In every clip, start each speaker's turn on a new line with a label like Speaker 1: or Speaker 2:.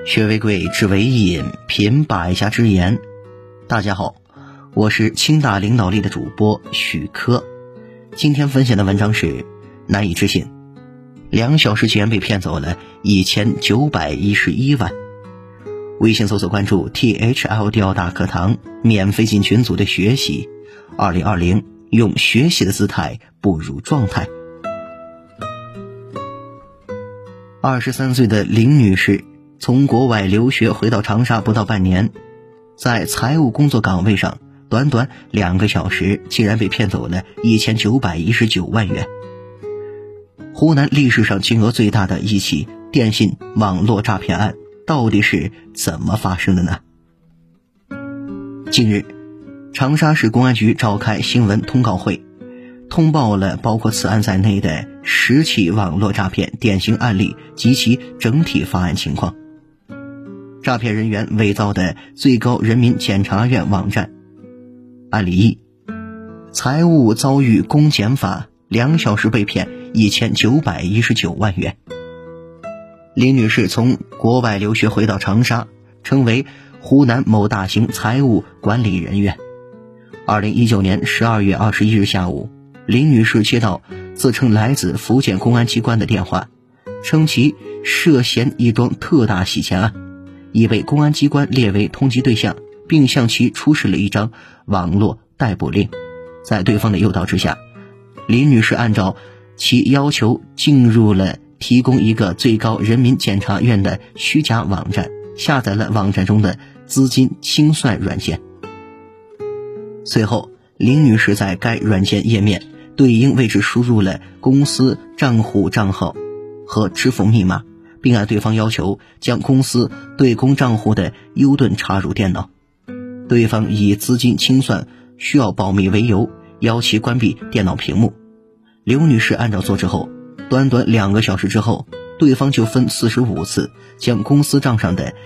Speaker 1: 学为贵，知为引，品百家之言。大家好，我是清大领导力的主播许科。今天分享的文章是难以置信，2小时竟然被骗走了1911万。微信搜索关注 THL 大课堂，免费进群组的学习。2020用学习的姿态步入状态。23岁的林女士从国外留学回到长沙不到半年，在财务工作岗位上短短2个小时竟然被骗走了1919万元。湖南历史上金额最大的一起电信网络诈骗案到底是怎么发生的呢？近日，长沙市公安局召开新闻通告会，通报了包括此案在内的10起网络诈骗典型案例及其整体发案情况。诈骗人员伪造的最高人民检察院网站。案例1：财务遭遇公检法，2小时被骗1919万元。林女士从国外留学回到长沙，成为湖南某大型财务管理人员。2019年12月21日下午，林女士接到自称来自福建公安机关的电话，称其涉嫌一桩特大洗钱案，已被公安机关列为通缉对象，并向其出示了一张网络逮捕令。在对方的诱导之下，林女士按照其要求进入了提供一个最高人民检察院的虚假网站，下载了网站中的资金清算软件。随后，林女士在该软件页面对应位置输入了公司账户账号和支付密码，并按对方要求将公司对公账户的 U 盾插入电脑。对方以资金清算需要保密为由，要其关闭电脑屏幕。刘女士按照做之后，短短2个小时之后，对方就分45次将公司账上的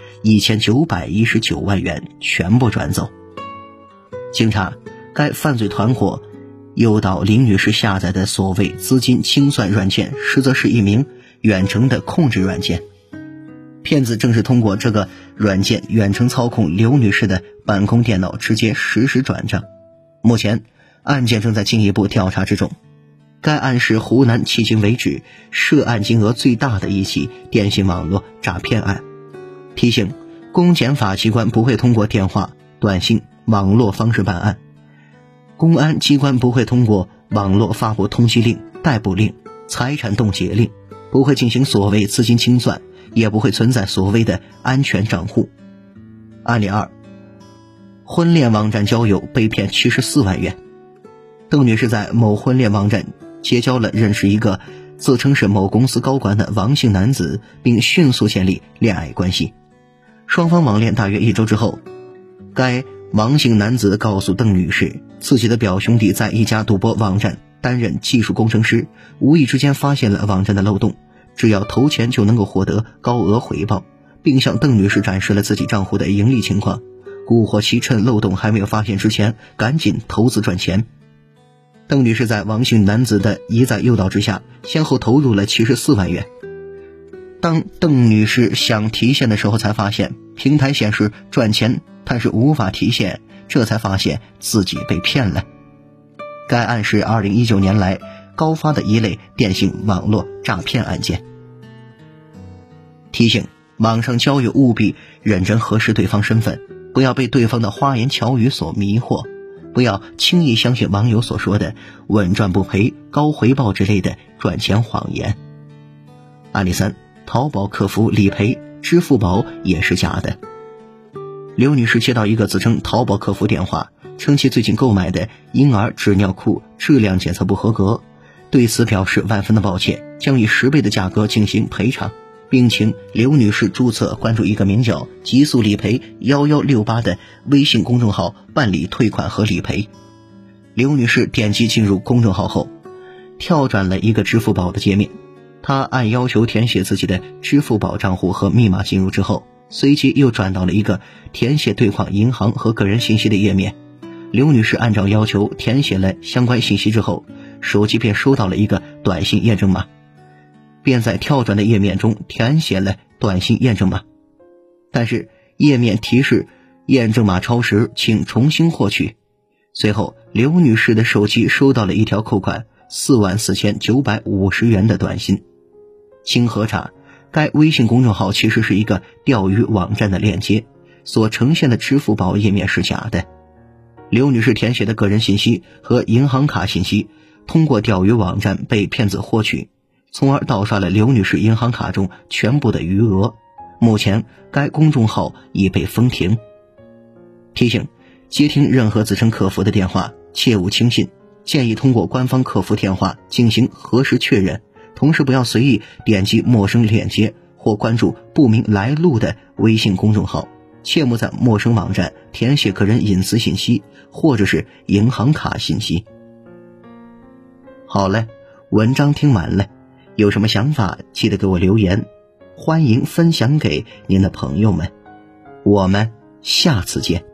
Speaker 1: 1919万元全部转走。经查，该犯罪团伙诱导林女士下载的所谓资金清算软件，实则是一名远程的控制软件。骗子正是通过这个软件远程操控刘女士的办公电脑，直接实时转账。目前案件正在进一步调查之中。该案是湖南迄今为止涉案金额最大的一起电信网络诈骗案。提醒：公检法机关不会通过电话、短信、网络方式办案，公安机关不会通过网络发布通缉令、逮捕令、财产冻结令，不会进行所谓资金清算，也不会存在所谓的安全账户。案例2：婚恋网站交友被骗74万元。邓女士在某婚恋网站结交了认识一个自称是某公司高管的王姓男子，并迅速建立恋爱关系。双方网恋大约1周之后，该王姓男子告诉邓女士，自己的表兄弟在一家赌博网站担任技术工程师，无意之间发现了网站的漏洞，只要投钱就能够获得高额回报，并向邓女士展示了自己账户的盈利情况，蛊惑其趁漏洞还没有发现之前赶紧投资赚钱。邓女士在王姓男子的一再诱导之下，先后投入了74万元。当邓女士想提现的时候，才发现平台显示赚钱，但是无法提现，这才发现自己被骗了。该案是2019年来高发的一类电信网络诈骗案件。提醒：网上交友务必认真核实对方身份，不要被对方的花言巧语所迷惑，不要轻易相信网友所说的稳赚不赔、高回报之类的赚钱谎言。案例3：淘宝客服理赔，支付宝也是假的。刘女士接到一个自称淘宝客服电话，称其最近购买的婴儿纸尿裤质量检测不合格，对此表示万分的抱歉，将以10倍的价格进行赔偿，并请刘女士注册关注一个名叫极速理赔1168的微信公众号办理退款和理赔。刘女士点击进入公众号后，跳转了一个支付宝的界面，她按要求填写自己的支付宝账户和密码进入之后，随即又转到了一个填写对方银行和个人信息的页面。刘女士按照要求填写了相关信息之后，手机便收到了一个短信验证码，便在跳转的页面中填写了短信验证码。 但是页面提示验证码超时，请重新获取。随后刘女士的手机收到了一条扣款44950元的短信。经核查，该微信公众号其实是一个钓鱼网站的链接，所呈现的支付宝页面是假的。刘女士填写的个人信息和银行卡信息通过钓鱼网站被骗子获取，从而盗刷了刘女士银行卡中全部的余额。目前该公众号已被封停。提醒：接听任何自称客服的电话切勿轻信，建议通过官方客服电话进行核实确认，同时不要随意点击陌生链接或关注不明来路的微信公众号，切莫在陌生网站填写个人隐私信息或者是银行卡信息。好了，文章听完了，有什么想法记得给我留言，欢迎分享给您的朋友们。我们下次见。